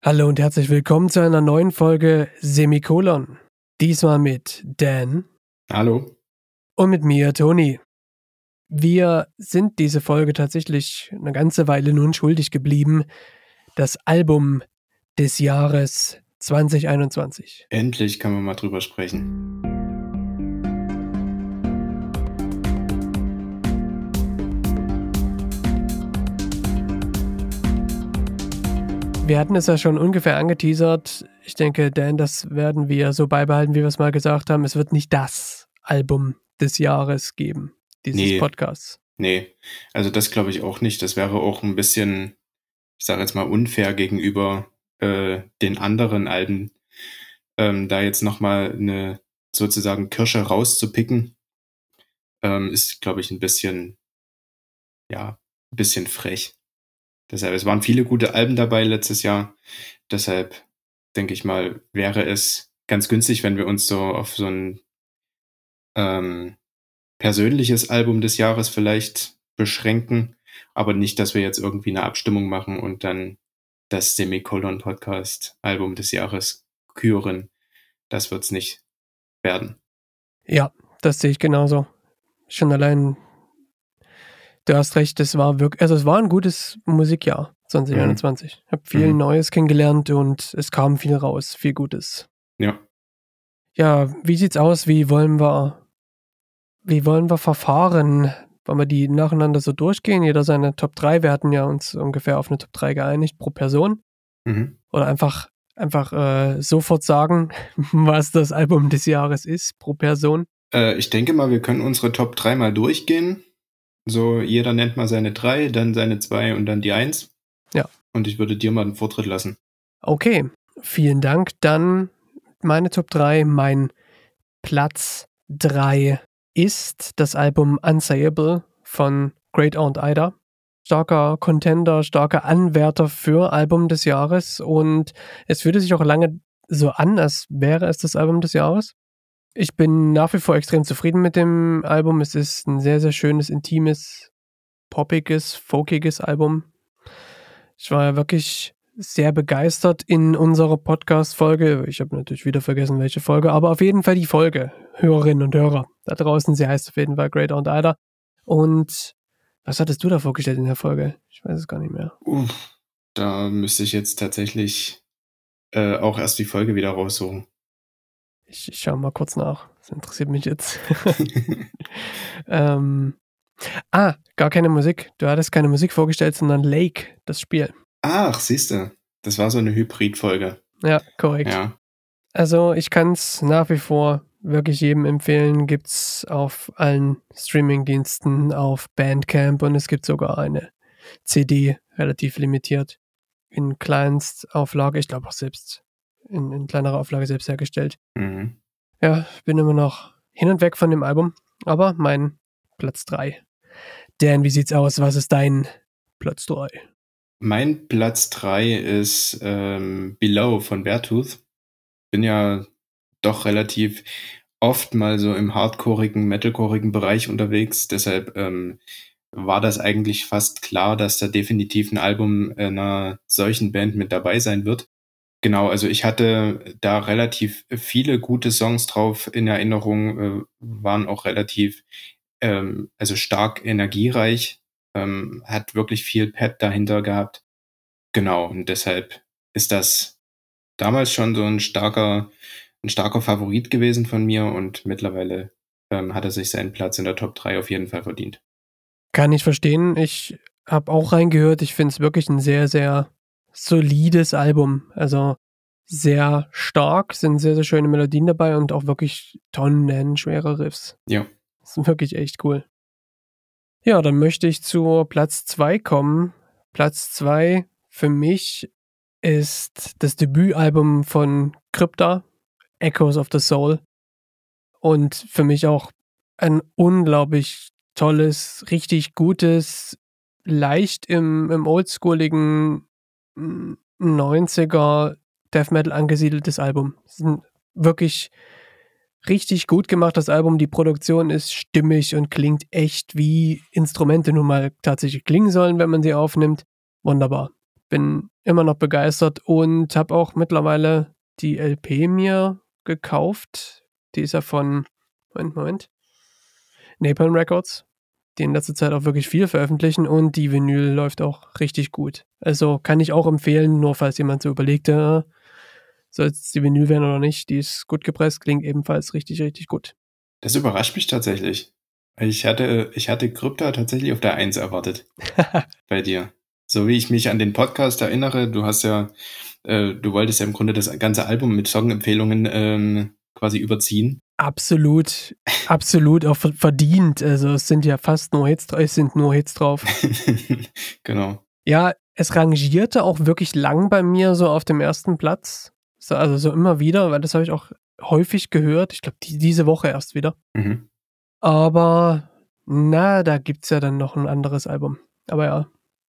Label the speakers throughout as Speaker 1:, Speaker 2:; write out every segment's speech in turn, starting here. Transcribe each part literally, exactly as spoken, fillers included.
Speaker 1: Hallo und herzlich willkommen zu einer neuen Folge Semikolon. Diesmal mit Dan.
Speaker 2: Hallo.
Speaker 1: Und mit mir, Toni. Wir sind diese Folge tatsächlich eine ganze Weile nun schuldig geblieben. Das Album des Jahres zwanzig einundzwanzig.
Speaker 2: Endlich kann man mal drüber sprechen.
Speaker 1: Wir hatten es ja schon ungefähr angeteasert. Ich denke, Dan, das werden wir so beibehalten, wie wir es mal gesagt haben. Es wird nicht das Album des Jahres geben, dieses
Speaker 2: Nee.
Speaker 1: Podcasts.
Speaker 2: Nee, also das glaube ich auch nicht. Das wäre auch ein bisschen, ich sage jetzt mal, unfair gegenüber äh, den anderen Alben, ähm, da jetzt nochmal eine sozusagen Kirsche rauszupicken, ähm, ist, glaube ich, ein bisschen, ja, ein bisschen frech. Deshalb, es waren viele gute Alben dabei letztes Jahr. Deshalb denke ich mal, wäre es ganz günstig, wenn wir uns so auf so ein ähm, persönliches Album des Jahres vielleicht beschränken, aber nicht, dass wir jetzt irgendwie eine Abstimmung machen und dann das Semikolon-Podcast-Album des Jahres küren. Das wird's nicht werden.
Speaker 1: Ja, das sehe ich genauso. Schon allein, du hast recht, es war wirklich, also es war ein gutes Musikjahr zwanzig einundzwanzig. Ich habe viel
Speaker 2: Mhm.
Speaker 1: Neues kennengelernt und es kam viel raus, viel Gutes.
Speaker 2: Ja.
Speaker 1: Ja, wie sieht's aus? Wie wollen wir, wie wollen wir verfahren? Wollen wir die nacheinander so durchgehen? Jeder seine Top drei. Wir hatten ja uns ungefähr auf eine Top drei geeinigt pro Person.
Speaker 2: Mhm.
Speaker 1: Oder einfach, einfach äh, sofort sagen, was das Album des Jahres ist pro Person.
Speaker 2: Äh, ich denke mal, wir können unsere Top drei mal durchgehen. So, jeder nennt mal seine drei, dann seine zwei und dann die eins.
Speaker 1: Ja.
Speaker 2: Und ich würde dir mal den Vortritt lassen.
Speaker 1: Okay, vielen Dank. Dann meine Top drei. Mein Platz drei ist das Album Unsayable von Great Aunt Ida. Starker Contender, starker Anwärter für Album des Jahres und es fühlte sich auch lange so an, als wäre es das Album des Jahres. Ich bin nach wie vor extrem zufrieden mit dem Album. Es ist ein sehr, sehr schönes, intimes, poppiges, folkiges Album. Ich war ja wirklich sehr begeistert in unserer Podcast-Folge. Ich habe natürlich wieder vergessen, welche Folge, aber auf jeden Fall die Folge. Hörerinnen und Hörer da draußen, sie heißt auf jeden Fall Great Aunt Ida. Und was hattest du da vorgestellt in der Folge? Ich weiß es gar nicht mehr.
Speaker 2: Uff, da müsste ich jetzt tatsächlich äh, auch erst die Folge wieder raussuchen.
Speaker 1: Ich, ich schaue mal kurz nach. Das interessiert mich jetzt. ähm, ah, gar keine Musik. Du hattest keine Musik vorgestellt, sondern Lake, das Spiel.
Speaker 2: Ach, siehste, das war so eine Hybrid-Folge.
Speaker 1: Ja, korrekt.
Speaker 2: Ja.
Speaker 1: Also ich kann es nach wie vor wirklich jedem empfehlen. Gibt's auf allen Streamingdiensten, auf Bandcamp und es gibt sogar eine C D, relativ limitiert, in Kleinstauflage. Ich glaube auch selbst in, in kleinerer Auflage selbst hergestellt.
Speaker 2: Mhm.
Speaker 1: Ja, ich bin immer noch hin und weg von dem Album, aber mein Platz drei. Dan, wie sieht's aus? Was ist dein Platz drei?
Speaker 2: Mein Platz drei ist ähm, Below von Beartooth. Bin ja doch relativ oft mal so im hardcoreigen, metalcoreigen Bereich unterwegs. Deshalb ähm, war das eigentlich fast klar, dass da definitiv ein Album einer solchen Band mit dabei sein wird. Genau, also ich hatte da relativ viele gute Songs drauf in Erinnerung, äh, waren auch relativ, ähm, also stark energiereich, ähm, hat wirklich viel Pep dahinter gehabt. Genau, und deshalb ist das damals schon so ein starker, ein starker Favorit gewesen von mir und mittlerweile ähm, hat er sich seinen Platz in der Top drei auf jeden Fall verdient.
Speaker 1: Kann ich verstehen. Ich habe auch reingehört. Ich finde es wirklich ein sehr, sehr solides Album. Also sehr stark, sind sehr, sehr schöne Melodien dabei und auch wirklich tonnenschwere Riffs.
Speaker 2: Ja.
Speaker 1: Das ist wirklich echt cool. Ja, dann möchte ich zu Platz zwei kommen. Platz zwei für mich ist das Debütalbum von Krypta, Echoes of the Soul. Und für mich auch ein unglaublich tolles, richtig gutes, leicht im, im oldschooligen mm, neunziger Death Metal angesiedeltes Album. Es ist ein wirklich richtig gut gemachtes Album. Die Produktion ist stimmig und klingt echt, wie Instrumente nun mal tatsächlich klingen sollen, wenn man sie aufnimmt. Wunderbar. Bin immer noch begeistert und habe auch mittlerweile die L P mir gekauft. Die ist ja von, Moment, Moment, Napalm Records, die in letzter Zeit auch wirklich viel veröffentlichen und die Vinyl läuft auch richtig gut. Also kann ich auch empfehlen, nur falls jemand so überlegte, äh, soll es die Vinyl werden oder nicht, die ist gut gepresst, klingt ebenfalls richtig, richtig gut.
Speaker 2: Das überrascht mich tatsächlich. Ich hatte, ich hatte Krypta tatsächlich auf der Eins erwartet. Bei dir. So wie ich mich an den Podcast erinnere, du hast ja, äh, du wolltest ja im Grunde das ganze Album mit Songempfehlungen ähm, quasi überziehen.
Speaker 1: Absolut, absolut auch verdient. Also es sind ja fast nur Hits, es sind nur Hits drauf.
Speaker 2: Genau.
Speaker 1: Ja, es rangierte auch wirklich lang bei mir so auf dem ersten Platz. So, also so immer wieder, weil das habe ich auch häufig gehört. Ich glaube, die, diese Woche erst wieder.
Speaker 2: Mhm.
Speaker 1: Aber na, da gibt's ja dann noch ein anderes Album. Aber ja.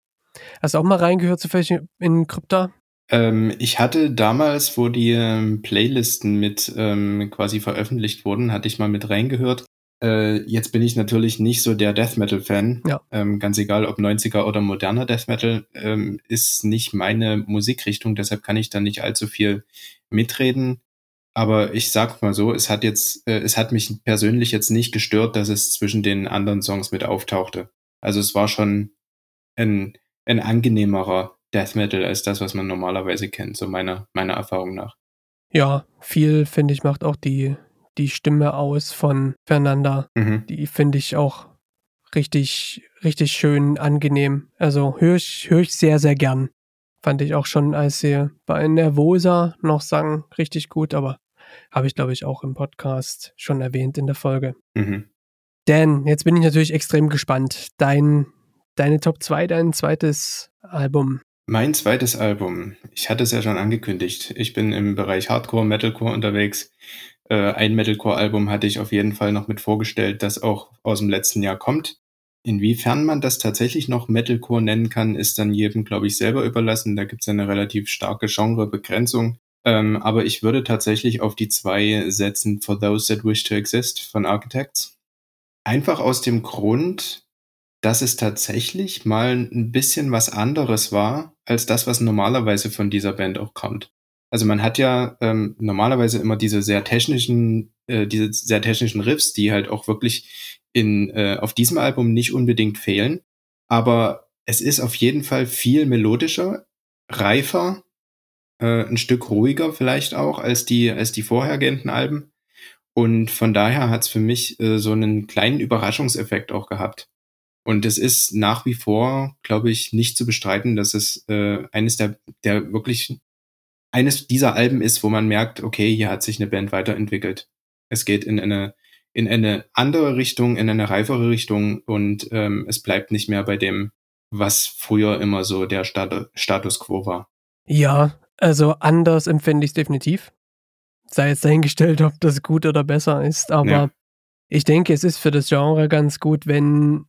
Speaker 1: Hast du auch mal reingehört zufällig in Krypta?
Speaker 2: Ähm, ich hatte damals, wo die ähm, Playlisten mit ähm, quasi veröffentlicht wurden, hatte ich mal mit reingehört. Äh, jetzt bin ich natürlich nicht so der Death Metal Fan.
Speaker 1: Ja.
Speaker 2: Ähm, ganz egal, ob neunziger oder moderner Death Metal, ähm, ist nicht meine Musikrichtung. Deshalb kann ich da nicht allzu viel mitreden. Aber ich sag mal so, es hat jetzt, äh, es hat mich persönlich jetzt nicht gestört, dass es zwischen den anderen Songs mit auftauchte. Also es war schon ein, ein angenehmerer Death Metal als das, was man normalerweise kennt, so meiner, meiner Erfahrung nach.
Speaker 1: Ja, viel, finde ich, macht auch die, die Stimme aus von Fernanda.
Speaker 2: Mhm.
Speaker 1: Die finde ich auch richtig, richtig schön angenehm. Also höre ich, hör ich sehr, sehr gern. Fand ich auch schon, als sie bei Nervosa noch sang, richtig gut, aber habe ich, glaube ich, auch im Podcast schon erwähnt in der Folge.
Speaker 2: Mhm.
Speaker 1: Dan, jetzt bin ich natürlich extrem gespannt. Dein, deine Top zwei, dein zweites Album.
Speaker 2: Mein zweites Album, ich hatte es ja schon angekündigt, ich bin im Bereich Hardcore, Metalcore unterwegs. Äh, ein Metalcore-Album hatte ich auf jeden Fall noch mit vorgestellt, das auch aus dem letzten Jahr kommt. Inwiefern man das tatsächlich noch Metalcore nennen kann, ist dann jedem, glaube ich, selber überlassen. Da gibt es eine relativ starke Genrebegrenzung. Ähm, aber ich würde tatsächlich auf die zwei setzen, For Those That Wish to Exist von Architects. Einfach aus dem Grund, dass es tatsächlich mal ein bisschen was anderes war, als das, was normalerweise von dieser Band auch kommt. Also man hat ja ähm, normalerweise immer diese sehr technischen, äh, diese sehr technischen Riffs, die halt auch wirklich in äh, auf diesem Album nicht unbedingt fehlen. Aber es ist auf jeden Fall viel melodischer, reifer, äh, ein Stück ruhiger vielleicht auch als die als die vorhergehenden Alben. Und von daher hat's für mich äh, so einen kleinen Überraschungseffekt auch gehabt. Und es ist nach wie vor, glaube ich, nicht zu bestreiten, dass es äh, eines der, der wirklich eines dieser Alben ist, wo man merkt, okay, hier hat sich eine Band weiterentwickelt. Es geht in eine in eine andere Richtung, in eine reifere Richtung und ähm, es bleibt nicht mehr bei dem, was früher immer so der Stat- Status quo war.
Speaker 1: Ja, also anders empfinde ich es definitiv. Sei jetzt dahingestellt, ob das gut oder besser ist, aber
Speaker 2: Ja.
Speaker 1: ich denke, es ist für das Genre ganz gut, wenn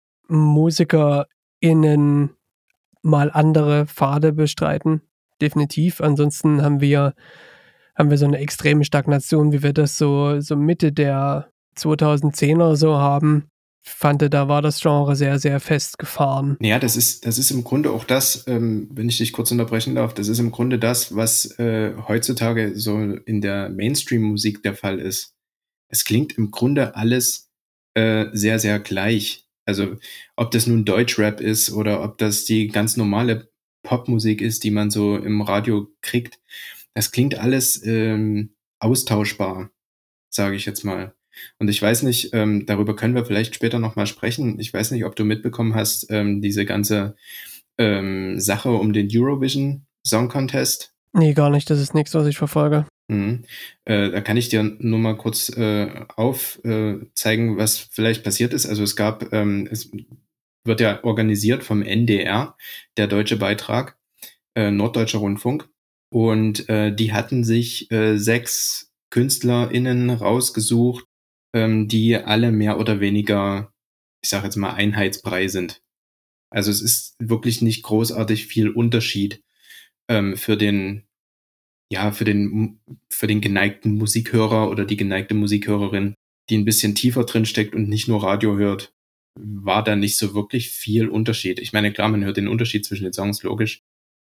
Speaker 1: MusikerInnen mal andere Pfade bestreiten. Definitiv. Ansonsten haben wir, haben wir so eine extreme Stagnation, wie wir das so, so Mitte der zweitausendzehner so haben. Ich fand, da war das Genre sehr, sehr festgefahren.
Speaker 2: Ja, das ist, das ist im Grunde auch das, ähm, wenn ich dich kurz unterbrechen darf, das ist im Grunde das, was äh, heutzutage so in der Mainstream-Musik der Fall ist. Es klingt im Grunde alles äh, sehr, sehr gleich. Also ob das nun Deutschrap ist oder ob das die ganz normale Popmusik ist, die man so im Radio kriegt, das klingt alles ähm, austauschbar, sage ich jetzt mal. Und ich weiß nicht, ähm, darüber können wir vielleicht später nochmal sprechen. Ich weiß nicht, ob du mitbekommen hast, ähm, diese ganze ähm, Sache um den Eurovision Song Contest.
Speaker 1: Nee, gar nicht. Das ist nichts, was ich verfolge.
Speaker 2: Mhm. Äh, da kann ich dir nur mal kurz äh, aufzeigen, äh, zeigen, was vielleicht passiert ist. Also es gab, ähm, es wird ja organisiert vom N D R, der deutsche Beitrag, äh, Norddeutscher Rundfunk. Und äh, die hatten sich äh, sechs KünstlerInnen rausgesucht, ähm, die alle mehr oder weniger, ich sage jetzt mal, einheitsbrei sind. Also es ist wirklich nicht großartig viel Unterschied ähm, für den ja, für den, für den geneigten Musikhörer oder die geneigte Musikhörerin, die ein bisschen tiefer drin steckt und nicht nur Radio hört, war da nicht so wirklich viel Unterschied. Ich meine, klar, man hört den Unterschied zwischen den Songs, logisch.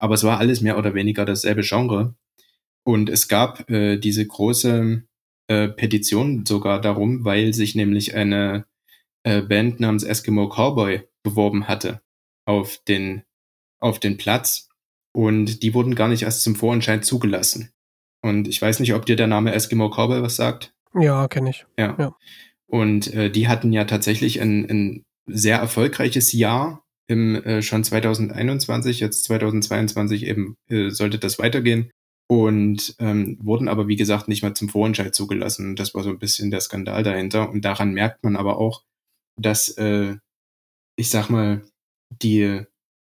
Speaker 2: aber es war alles mehr oder weniger dasselbe Genre. Und es gab äh, diese große äh, Petition sogar darum, weil sich nämlich eine äh, Band namens Eskimo Cowboy beworben hatte auf den, auf den Platz. Und die wurden gar nicht erst zum Vorentscheid zugelassen. Und ich weiß nicht, ob dir der Name Eskimo Cowboy was sagt.
Speaker 1: Ja, kenne ich.
Speaker 2: Ja.
Speaker 1: Ja.
Speaker 2: Und äh, die hatten ja tatsächlich ein, ein sehr erfolgreiches Jahr im äh, schon zwanzig einundzwanzig, jetzt zwanzig zweiundzwanzig eben äh, sollte das weitergehen und ähm, wurden aber wie gesagt nicht mehr zum Vorentscheid zugelassen. Und das war so ein bisschen der Skandal dahinter. Und daran merkt man aber auch, dass äh, ich sag mal die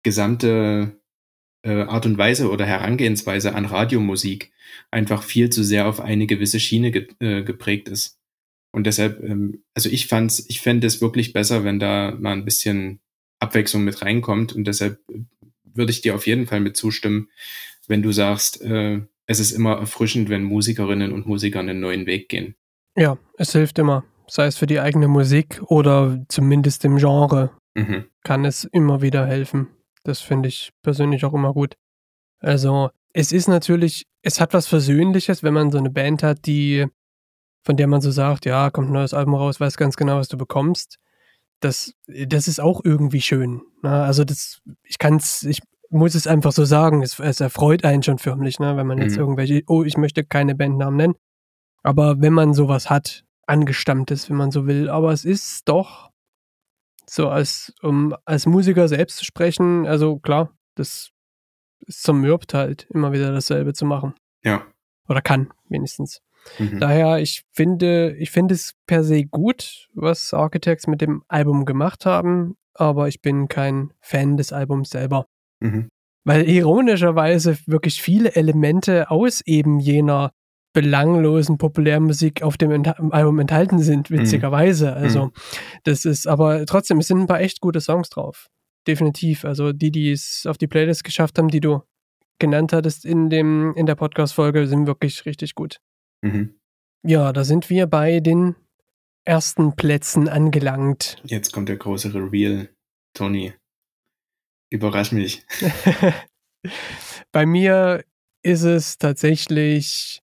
Speaker 2: gesamte äh, Art und Weise oder Herangehensweise an Radiomusik einfach viel zu sehr auf eine gewisse Schiene ge äh, geprägt ist. Und deshalb, ähm, also ich fand's, ich fände es wirklich besser, wenn da mal ein bisschen Abwechslung mit reinkommt. Und deshalb äh, würde ich dir auf jeden Fall mit zustimmen, wenn du sagst, äh, es ist immer erfrischend, wenn Musikerinnen und Musiker einen neuen Weg gehen.
Speaker 1: Ja, es hilft immer. Sei es für die eigene Musik oder zumindest im Genre,
Speaker 2: Mhm.
Speaker 1: kann es immer wieder helfen. Das finde ich persönlich auch immer gut. Also, es ist natürlich, es hat was Versöhnliches, wenn man so eine Band hat, die, von der man so sagt, ja, kommt ein neues Album raus, weiß ganz genau, was du bekommst. Das, das ist auch irgendwie schön. Ne? Also, das, ich kann's, ich muss es einfach so sagen, es, es erfreut einen schon förmlich, ne? Wenn man jetzt
Speaker 2: Mhm.
Speaker 1: irgendwelche, oh, ich möchte keine Bandnamen nennen, aber wenn man sowas hat, angestammtes, wenn man so will, aber es ist doch so, als, um als Musiker selbst zu sprechen, also klar, das es zermürbt halt, immer wieder dasselbe zu machen.
Speaker 2: Ja.
Speaker 1: Oder kann, wenigstens.
Speaker 2: Mhm.
Speaker 1: Daher, ich finde, ich finde es per se gut, was Architects mit dem Album gemacht haben, aber ich bin kein Fan des Albums selber.
Speaker 2: Mhm.
Speaker 1: Weil ironischerweise wirklich viele Elemente aus eben jener belanglosen Populärmusik auf dem Ent- Album enthalten sind, witzigerweise. Also, das ist, aber trotzdem, es sind ein paar echt gute Songs drauf. Definitiv. Also, die, die es auf die Playlist geschafft haben, die du genannt hattest in dem, in der Podcast-Folge, sind wirklich richtig gut.
Speaker 2: Mhm.
Speaker 1: Ja, da sind wir bei den ersten Plätzen angelangt.
Speaker 2: Jetzt kommt der große Reveal. Toni, überrasch mich.
Speaker 1: Bei mir ist es tatsächlich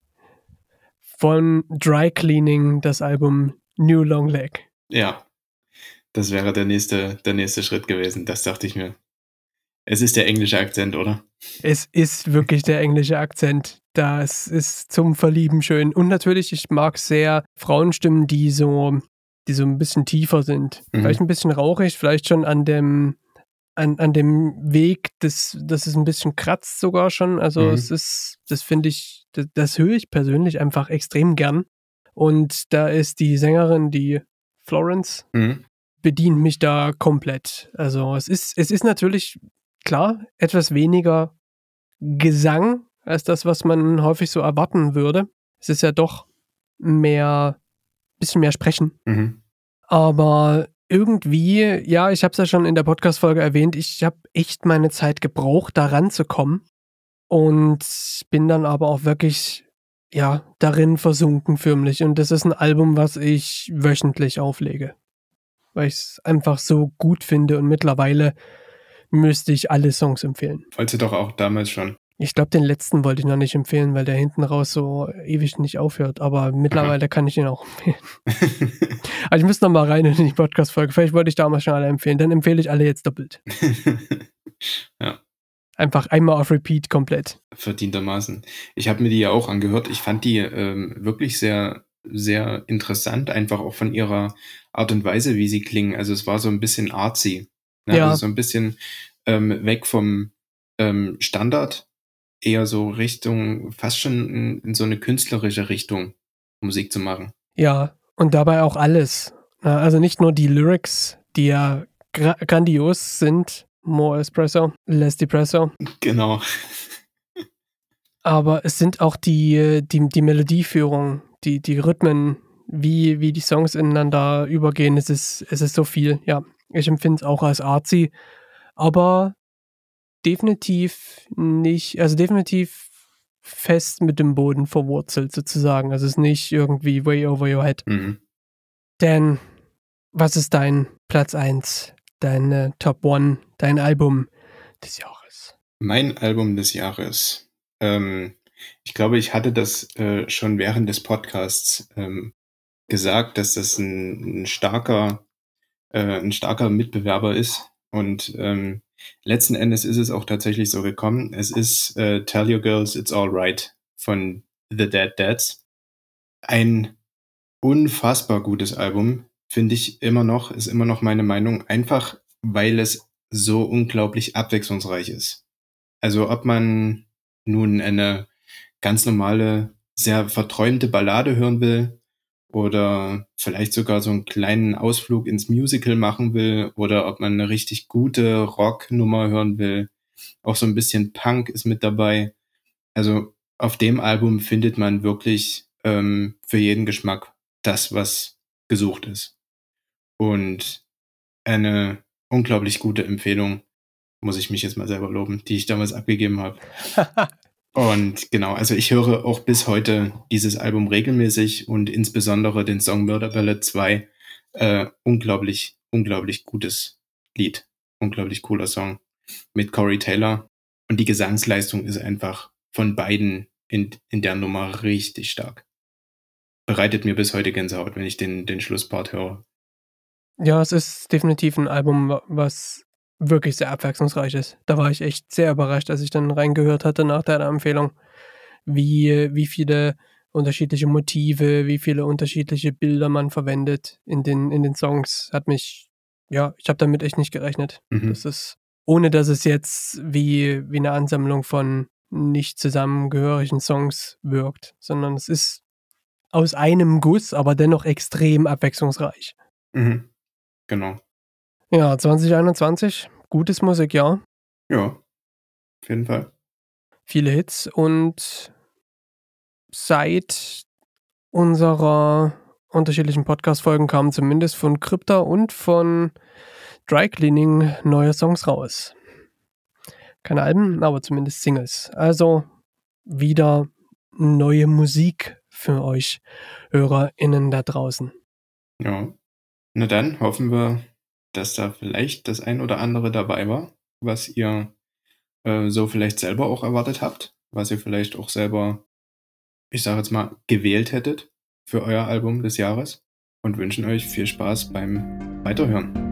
Speaker 1: von Dry Cleaning das Album New Long Leg.
Speaker 2: Ja, das wäre der nächste, der nächste Schritt gewesen. Das dachte ich mir. Es ist der englische Akzent, oder?
Speaker 1: Es ist wirklich der englische Akzent. Das ist zum Verlieben schön. Und natürlich, ich mag sehr Frauenstimmen, die so, die so ein bisschen tiefer sind.
Speaker 2: Mhm.
Speaker 1: Vielleicht ein bisschen rauchig, vielleicht schon an dem, an, an dem Weg, das, das es ein bisschen kratzt sogar schon. Also
Speaker 2: Mhm.
Speaker 1: es ist, das finde ich, das, das höre ich persönlich einfach extrem gern. Und da ist die Sängerin, die Florence,
Speaker 2: Mhm.
Speaker 1: bedient mich da komplett. Also es ist, es ist natürlich, klar, etwas weniger Gesang als das, was man häufig so erwarten würde. Es ist ja doch mehr, bisschen mehr Sprechen.
Speaker 2: Mhm.
Speaker 1: Aber irgendwie, ja, ich habe es ja schon in der Podcast-Folge erwähnt, ich habe echt meine Zeit gebraucht, da ranzukommen. Und bin dann aber auch wirklich, ja, darin versunken förmlich. Und das ist ein Album, was ich wöchentlich auflege. Weil ich es einfach so gut finde und mittlerweile müsste ich alle Songs empfehlen.
Speaker 2: Wollte doch auch damals schon.
Speaker 1: Ich glaube, den letzten wollte ich noch nicht empfehlen, weil der hinten raus so ewig nicht aufhört. Aber mittlerweile kann ich ihn auch empfehlen. Also ich müsste noch mal rein in die Podcast-Folge. Vielleicht wollte ich damals schon alle empfehlen. Dann empfehle ich alle jetzt doppelt.
Speaker 2: Ja.
Speaker 1: Einfach einmal auf Repeat komplett.
Speaker 2: Verdientermaßen. Ich habe mir die ja auch angehört. Ich fand die ähm, wirklich sehr, sehr interessant, einfach auch von ihrer Art und Weise, wie sie klingen. Also es war so ein bisschen artsy. Ne?
Speaker 1: Ja.
Speaker 2: Also so ein bisschen ähm, weg vom ähm, Standard, eher so Richtung, fast schon in, in so eine künstlerische Richtung Musik zu machen.
Speaker 1: Ja, und dabei auch alles. Also nicht nur die Lyrics, die ja gra- grandios sind. More Espresso, less Depresso.
Speaker 2: Genau.
Speaker 1: Aber es sind auch die, die, die Melodieführung, die, die Rhythmen, wie, wie die Songs ineinander übergehen. Es ist, es ist so viel, ja. Ich empfinde es auch als artsy, aber definitiv nicht, also definitiv fest mit dem Boden verwurzelt sozusagen. Also es ist nicht irgendwie way over your head.
Speaker 2: Mhm.
Speaker 1: Dan, was ist dein Platz eins, deine Top One, dein Album des Jahres?
Speaker 2: Mein Album des Jahres. Ähm, ich glaube, ich hatte das äh, schon während des Podcasts ähm, gesagt, dass das ein, ein starker, äh, ein starker Mitbewerber ist. Und ähm, letzten Endes ist es auch tatsächlich so gekommen. Es ist äh, Tell Your Girls It's All Right von The Dead Dads. Ein unfassbar gutes Album, finde ich immer noch, ist immer noch meine Meinung, einfach weil es so unglaublich abwechslungsreich ist. Also ob man nun eine ganz normale, sehr verträumte Ballade hören will oder vielleicht sogar so einen kleinen Ausflug ins Musical machen will oder ob man eine richtig gute Rocknummer hören will. Auch so ein bisschen Punk ist mit dabei. Also auf dem Album findet man wirklich ähm, für jeden Geschmack das, was gesucht ist. Und eine unglaublich gute Empfehlung, muss ich mich jetzt mal selber loben, die ich damals abgegeben habe. Und genau, also ich höre auch bis heute dieses Album regelmäßig und insbesondere den Song Murder Ballad zwei. Äh, unglaublich, unglaublich gutes Lied. Unglaublich cooler Song mit Corey Taylor. Und die Gesangsleistung ist einfach von beiden in, in der Nummer richtig stark. Bereitet mir bis heute Gänsehaut, wenn ich den, den Schlusspart höre.
Speaker 1: Ja, es ist definitiv ein Album, wa was wirklich sehr abwechslungsreich ist. Da war ich echt sehr überrascht, als ich dann reingehört hatte nach deiner Empfehlung, wie wie viele unterschiedliche Motive, wie viele unterschiedliche Bilder man verwendet in den in den Songs. Hat mich ja, ich habe damit echt nicht gerechnet.
Speaker 2: Mhm.
Speaker 1: Das ist ohne dass es jetzt wie wie 'ne Ansammlung von nicht zusammengehörigen Songs wirkt, sondern es ist aus einem Guss, aber dennoch extrem abwechslungsreich.
Speaker 2: Mhm. Genau.
Speaker 1: Ja, zwanzig einundzwanzig, gutes Musikjahr,
Speaker 2: Ja, auf jeden Fall.
Speaker 1: viele Hits und seit unserer unterschiedlichen Podcast-Folgen kamen zumindest von Krypta und von Dry Cleaning neue Songs raus. Keine Alben, aber zumindest Singles. Also wieder neue Musik für euch HörerInnen da draußen.
Speaker 2: Ja. Na dann hoffen wir, dass da vielleicht das ein oder andere dabei war, was ihr äh, so vielleicht selber auch erwartet habt, was ihr vielleicht auch selber, ich sage jetzt mal, gewählt hättet für euer Album des Jahres und wünschen euch viel Spaß beim Weiterhören.